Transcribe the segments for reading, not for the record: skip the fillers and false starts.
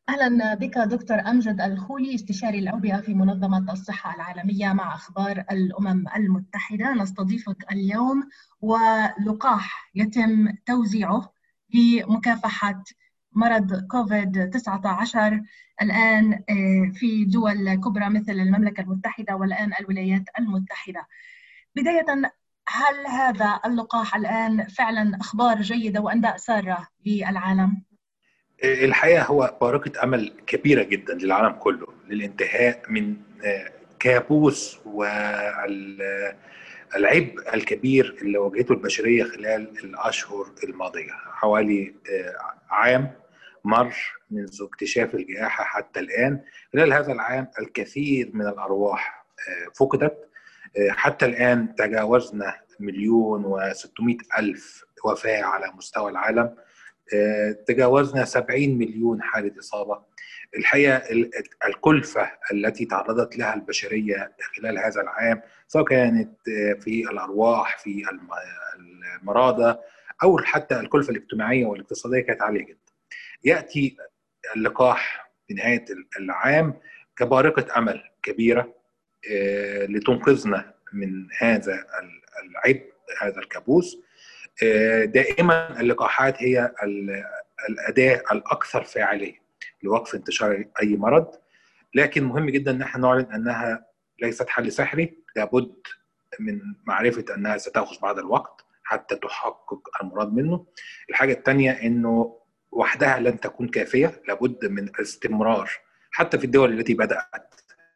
أهلا بك دكتور أمجد الخولي، استشاري الأوبئة في منظمة الصحة العالمية مع أخبار الأمم المتحدة. نستضيفك اليوم ولقاح يتم توزيعه لمكافحة مرض كوفيد 19 الآن في دول كبرى مثل المملكة المتحدة والآن الولايات المتحدة. بداية، هل هذا اللقاح الآن فعلا أخبار جيدة وأنباء سارة للعالم؟ الحقيقة هو بارقة أمل كبيرة جدا للعالم كله للانتهاء من كابوس والعبء الكبير اللي واجهته البشرية خلال الأشهر الماضية. حوالي عام مر منذ اكتشاف الجائحة حتى الآن. خلال هذا العام الكثير من الأرواح فقدت. حتى الآن تجاوزنا 1,600,000 وفاة على مستوى العالم. تجاوزنا 70 مليون حالة إصابة. الحقيقة الكلفة التي تعرضت لها البشرية خلال هذا العام، سواء كانت في الأرواح في المرضى أو حتى الكلفة الاجتماعية والاقتصادية، كانت عالية جدا. يأتي اللقاح في نهاية العام كبارقة أمل كبيرة لتنقذنا من هذا العبء، هذا الكابوس. دائما اللقاحات هي الأداة الأكثر فاعلية لوقف انتشار أي مرض، لكن مهم جدا أن احنا نعلن أنها ليست حل سحري. لابد من معرفة أنها ستأخذ بعض الوقت حتى تحقق المراد منه. الحاجة الثانية أنه وحدها لن تكون كافية، لابد من الاستمرار حتى في الدول التي بدأت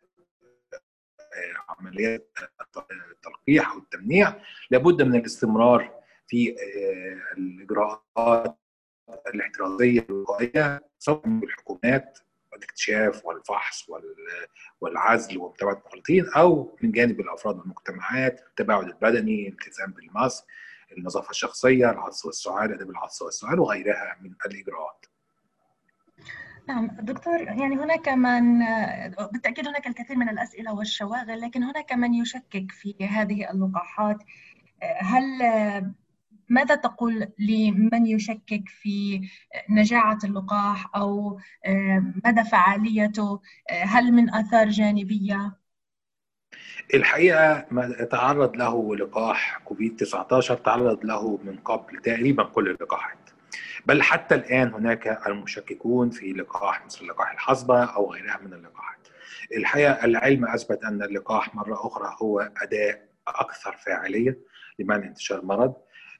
عمليات التلقيح أو التمنيع. لابد من الاستمرار في الإجراءات الاحترازية الوقائية، سواء من الحكومات والاكتشاف والفحص والعزل ومتابعة المخالطين، أو من جانب الأفراد والمجتمعات، التباعد البدني، الالتزام بالماسك، النظافة الشخصية، العطس والسعال، آداب العطس والسعال، وغيرها من الإجراءات. نعم دكتور، يعني هناك من بالتأكيد هناك الكثير من الأسئلة والشواغل، لكن هناك من يشكك في هذه اللقاحات. هل ماذا تقول لمن يشكك في نجاعة اللقاح أو مدى فعاليته؟ هل من آثار جانبية؟ الحقيقة ما تعرض له لقاح كوفيد 19 تعرض له من قبل تقريبا كل اللقاحات، بل حتى الآن هناك المشككون في لقاح مثل لقاح الحصبة أو غيرها من اللقاحات. الحقيقة العلم أثبت أن اللقاح مرة أخرى هو أداة أكثر فاعلية لمنع انتشار المرض.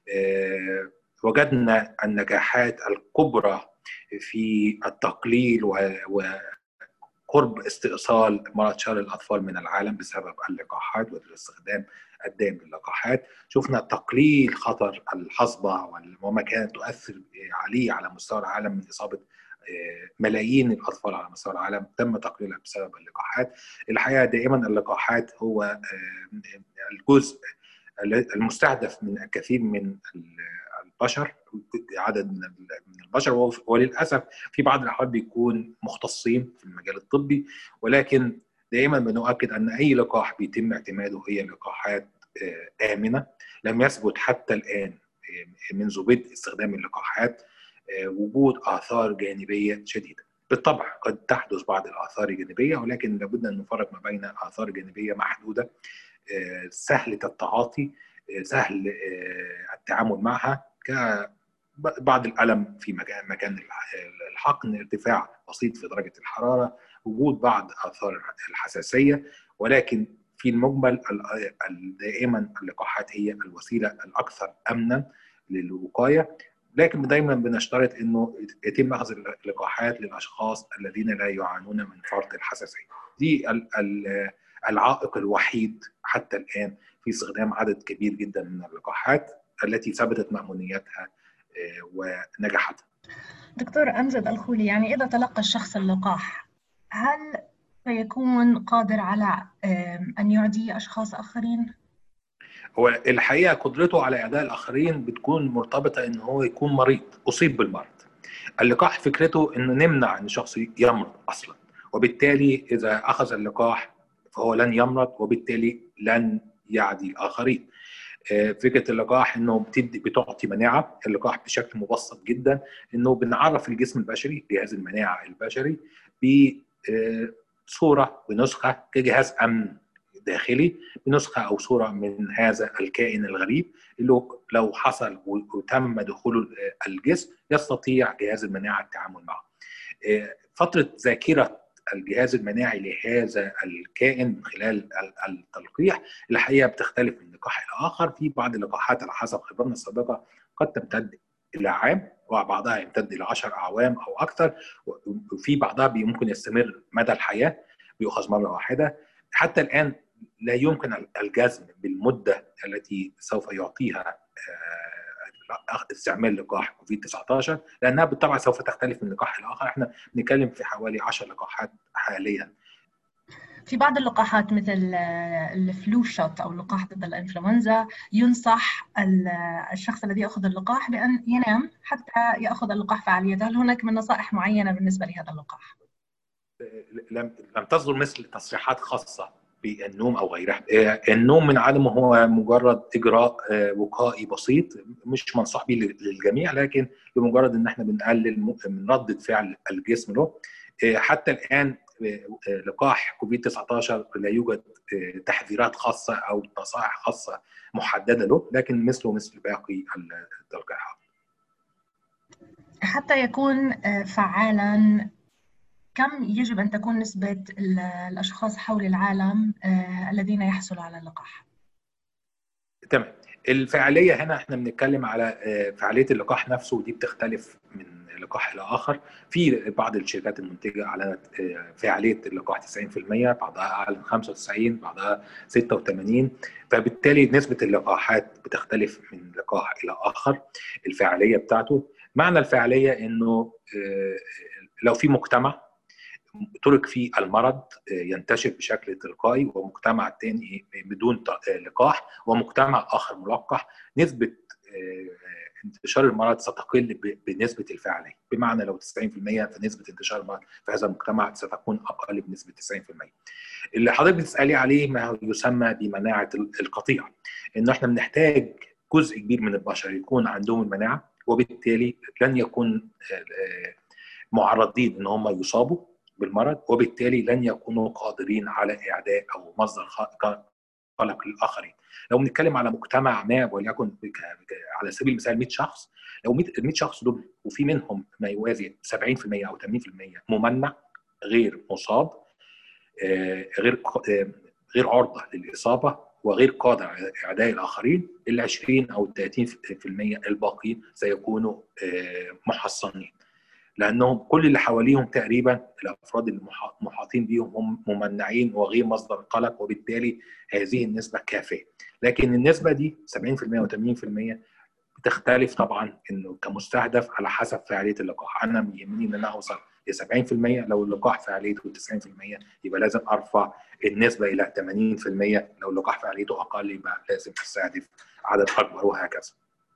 وجدنا النجاحات الكبرى في التقليل قرب استئصال مرض شلل الأطفال من العالم بسبب اللقاحات والاستخدام الدائم للقاحات. شفنا تقليل خطر الحصبة وما كانت تؤثر عليه على مستوى العالم من إصابة ملايين الأطفال على مستوى العالم، تم تقليلها بسبب اللقاحات. الحقيقة دائما اللقاحات هو الجزء المستهدف من الكثير من البشر، عدد من البشر، وللاسف في بعض الاحوال بيكون مختصين في المجال الطبي. ولكن دائما بنؤكد ان اي لقاح بيتم اعتماده هي لقاحات امنه. لم يثبت حتى الان منذ بدء استخدام اللقاحات وجود اثار جانبيه شديده. بالطبع قد تحدث بعض الاثار الجانبيه، ولكن لابد ان نفرق ما بين اثار جانبيه محدوده سهله التعاطي، سهل التعامل معها، كبعض الألم في مكان الحقن، ارتفاع بسيط في درجة الحرارة، وجود بعض آثار الحساسية. ولكن في المجمل دائما اللقاحات هي الوسيلة الأكثر أمنا للوقاية. لكن دايما بنشترط انه يتم اخذ اللقاحات للاشخاص الذين لا يعانون من فرط الحساسيه. دي العائق الوحيد حتى الان في استخدام عدد كبير جدا من اللقاحات التي ثبتت مأمونيتها ونجاحتها. دكتور أمجد الخولي، يعني إذا تلقى الشخص اللقاح، هل سيكون قادر على أن يعدي أشخاص آخرين؟ هو الحقيقة قدرته على إعداء الآخرين بتكون مرتبطة إن هو يكون مريض أصيب بالمرض. اللقاح فكرته إنه نمنع إن الشخص يمرض أصلا، وبالتالي إذا أخذ اللقاح فهو لن يمرض، وبالتالي لن يعدي الآخرين. فكره اللقاح انه بتعطي مناعه. اللقاح بشكل مبسط جدا انه بنعرف الجسم البشري، جهاز المناعه البشري، بصوره ونسخه كجهاز امن داخلي، بنسخه او صوره من هذا الكائن الغريب اللي لو حصل وتم دخوله الجسم يستطيع جهاز المناعه التعامل معه. فتره ذاكره الجهاز المناعي لهذا الكائن من خلال التلقيح الحقيقه بتختلف من لقاح لاخر. في بعض اللقاحات على حسب خبرتنا السابقه قد تمتد الى عام، وبعضها يمتد الى 10 اعوام او اكثر، وفي بعضها ممكن يستمر مدى الحياه، بيؤخذ مره واحده. حتى الان لا يمكن الجزم بالمده التي سوف يعطيها استعمال لقاح كوفيد 19 لانها بالطبع سوف تختلف من لقاح لاخر. احنا بنتكلم في حوالي 10 لقاحات حاليا. في بعض اللقاحات مثل الفلو شوت او اللقاح ضد الانفلونزا ينصح الشخص الذي ياخذ اللقاح بان ينام حتى ياخذ اللقاح فعاليته. هل هناك من نصائح معينه بالنسبه لهذا اللقاح؟ لم تصدر مثل تصريحات خاصه بالنوم او غيرها. النوم من عدمه هو مجرد اجراء وقائي بسيط مش منصوح به للجميع، لكن بمجرد ان احنا بنقلل من ردة فعل الجسم له. حتى الان لقاح كوفيد 19 لا يوجد تحذيرات خاصه او نصائح خاصه محدده له، لكن مثله مثل باقي التلقيحات. حتى يكون فعالا، كم يجب أن تكون نسبة الأشخاص حول العالم الذين يحصلوا على اللقاح؟ تمام. الفعالية هنا احنا بنتكلم على فعالية اللقاح نفسه، ودي بتختلف من لقاح إلى آخر. في بعض الشركات المنتجة أعلنت فعالية اللقاح 90%، بعضها أعلن 95%، بعضها 86%. فبالتالي نسبة اللقاحات بتختلف من لقاح إلى آخر الفعالية بتاعته. معنى الفعالية إنه لو في مجتمع ترك فيه المرض ينتشر بشكل تلقائي، ومجتمع تاني بدون لقاح، ومجتمع آخر ملقح، نسبة انتشار المرض ستقل بنسبة الفعالية. بمعنى لو 90% فنسبة انتشار المرض في هذا المجتمع ستكون أقل بنسبة 90%. اللي حضرتك بتسألي عليه ما يسمى بمناعة القطيع، إنه احنا بنحتاج جزء كبير من البشر يكون عندهم المناعة، وبالتالي لن يكون معرضين إن هم يصابوا بالمرض، وبالتالي لن يكونوا قادرين على إعداء أو مصدر قلق للآخرين. لو بنتكلم على مجتمع ما وليكن على سبيل المثال 100 شخص، لو 100 شخص دول وفي منهم ما يوازي 70% أو 80% ممنع غير مصاب، غير عرضة للإصابة وغير قادر على إعداء الآخرين، ال 20 أو 30% الباقيين سيكونوا محصنين، لانهم كل اللي حواليهم تقريبا الافراد المحاطين بيهم هم ممنعين وغير مصدر قلق، وبالتالي هذه النسبه كافيه. لكن النسبه دي 70% و80% بتختلف طبعا انه كمستهدف على حسب فعاليه اللقاح. انا يهمني ان انا اوصل ل 70%، لو اللقاح فعاليته 90% يبقى لازم ارفع النسبه الى 80%، لو اللقاح فعاليته اقل يبقى لازم استهدف عدد اكبر، وهكذا.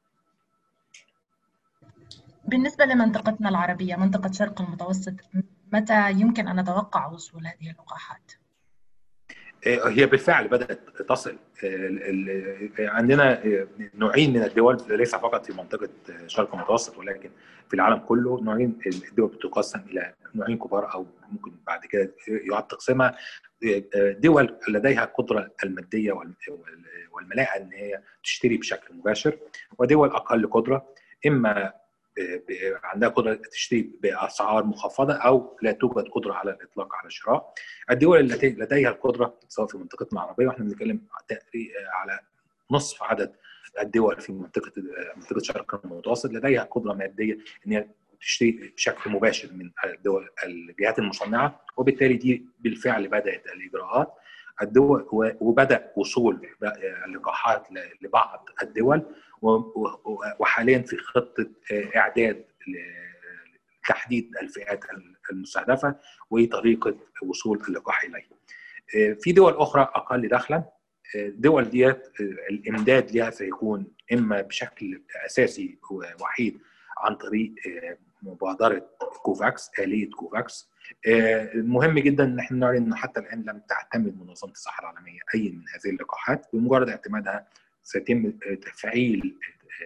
بالنسبة لمنطقتنا العربية، منطقة شرق المتوسط، متى يمكن أن نتوقع وصول هذه اللقاحات؟ هي بالفعل بدأت تصل. عندنا نوعين من الدول، ليس فقط في منطقة شرق المتوسط ولكن في العالم كله. نوعين الدول بتقسم إلى نوعين كبار، أو ممكن بعد كده يعاد تقسيمها. دول لديها القدرة المادية والملاءة أن هي تشتري بشكل مباشر، ودول أقل قدرة، إما عندها قدرة تشتري بأسعار مخفضة أو لا توجد قدرة على الإطلاق على الشراء. الدول التي لديها القدرة سواء في منطقتنا العربية، واحنا بنتكلم على نصف عدد الدول في منطقة شرق المتوسط لديها قدرة مادية ان هي تشتري بشكل مباشر من الدول الجهات المصنعة، وبالتالي دي بالفعل بدأت الإجراءات الدول، وبدأ وصول اللقاحات لبعض الدول، وحاليا في خطة إعداد تحديد الفئات المستهدفة وطريقة وصول اللقاح إليه. في دول أخرى أقل دخلا، دول ديت الإمداد لها سيكون إما بشكل أساسي ووحيد عن طريق مبادرة كوفاكس، آلية كوفاكس. مهم جدا ان احنا نعلن انه حتى الان لم تعتمد منظمه الصحه العالميه اي من هذه اللقاحات، بمجرد اعتمادها سيتم تفعيل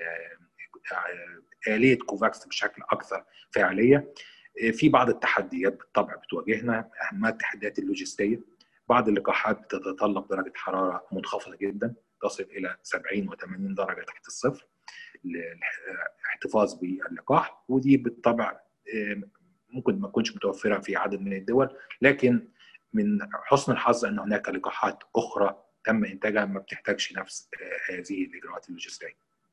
آلية كوفاكس بشكل أكثر فاعلية. في بعض التحديات بالطبع بتواجهنا، أهمها التحديات اللوجستية. بعض اللقاحات بتتطلب درجة حرارة منخفضة جدا تصل إلى 70 و80 درجة تحت الصفر للاحتفاظ باللقاح، ودي بالطبع ممكن ما تكونش متوفرة في عدد من الدول، لكن من حسن الحظ أن هناك لقاحات أخرى تم إنتاجها ما بتحتاجش نفس هذه الإجراءات اللوجستية.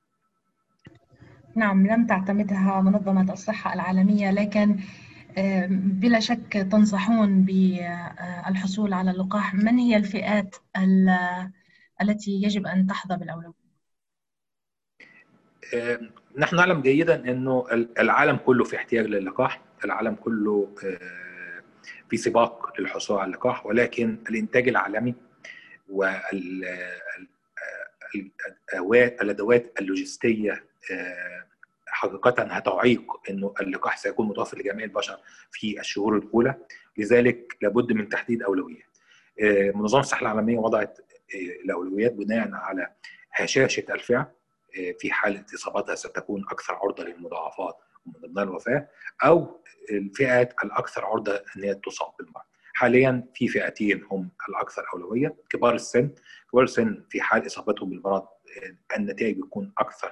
نعم، لم تعتمدها منظمة الصحة العالمية، لكن بلا شك تنصحون بالحصول على اللقاح. من هي الفئات التي يجب أن تحظى بالأولوية؟ نحن نعلم جيدا أنه العالم كله في احتياج للقاح، العالم كله في سباق للحصول على اللقاح، ولكن الإنتاج العالمي والأدوات اللوجستية حقيقة هتعيق أنه اللقاح سيكون متوفر لجميع البشر في الشهور الأولى، لذلك لابد من تحديد أولويات. منظمة الصحة العالمية وضعت الأولويات بناء على هشاشة الفئة، في حالة إصابتها ستكون أكثر عرضة للمضاعفات ومن ضمنها الوفاة، أو الفئات الأكثر عرضة أن هي تصاب بالمرض. حاليا في فئتين هم الأكثر أولوية: كبار السن. كبار السن في حال إصابتهم بالمرض النتائج بتكون أكثر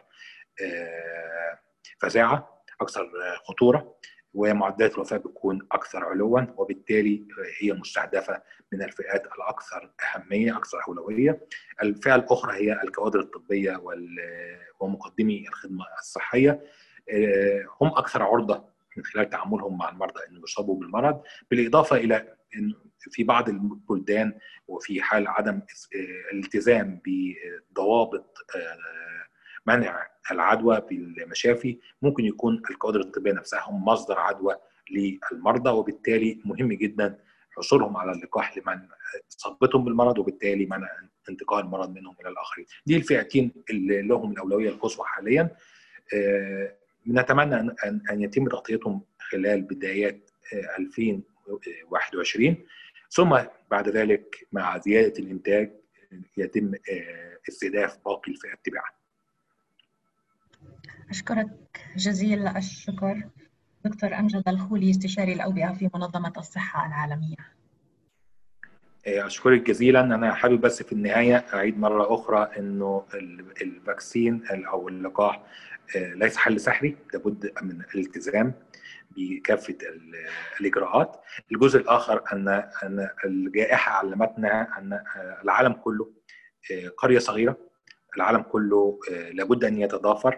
فزاعة، أكثر خطورة، ومعدلات الوفاة بتكون أكثر علوا، وبالتالي هي مستهدفة من الفئات الأكثر أهمية، أكثر أولوية. الفئة الأخرى هي الكوادر الطبية ومقدمي الخدمة الصحية، هم أكثر عرضة من خلال تعاملهم مع المرضى أن يصابوا بالمرض، بالإضافة إلى أن في بعض البلدان وفي حال عدم الالتزام بضوابط منع العدوى بالمشافي ممكن يكون الكوادر الطبية نفسها هم مصدر عدوى للمرضى، وبالتالي مهم جدا حصولهم على اللقاح لمنع إصابتهم بالمرض وبالتالي منع انتقال المرض منهم إلى الآخرين. دي الفئتين اللي لهم الأولوية القصوى حاليا. نتمنى أن يتم تغطيتهم خلال بدايات 2021، ثم بعد ذلك مع زيادة الإنتاج يتم استهداف باقي الفئات تباعا. أشكرك جزيل الشكر دكتور أمجد الخولي، استشاري الأوبئة في منظمة الصحة العالمية. أشكرك جزيلا. أنا حابب بس في النهاية أعيد مرة أخرى أنه الفاكسين أو اللقاح ليس حل سحري، لابد من الالتزام بكافة الإجراءات. الجزء الآخر أن الجائحة علمتنا أن العالم كله قرية صغيرة، العالم كله لابد أن يتضافر.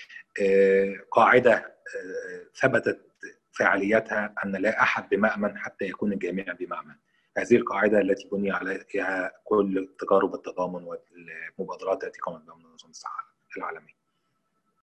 قاعدة ثبتت فعاليتها أن لا أحد بمأمن حتى يكون الجميع بمأمن. هذه القاعدة التي بني عليها كل تجارب التضامن والمبادرات التي قامت بها منظمة الصحة العالمية.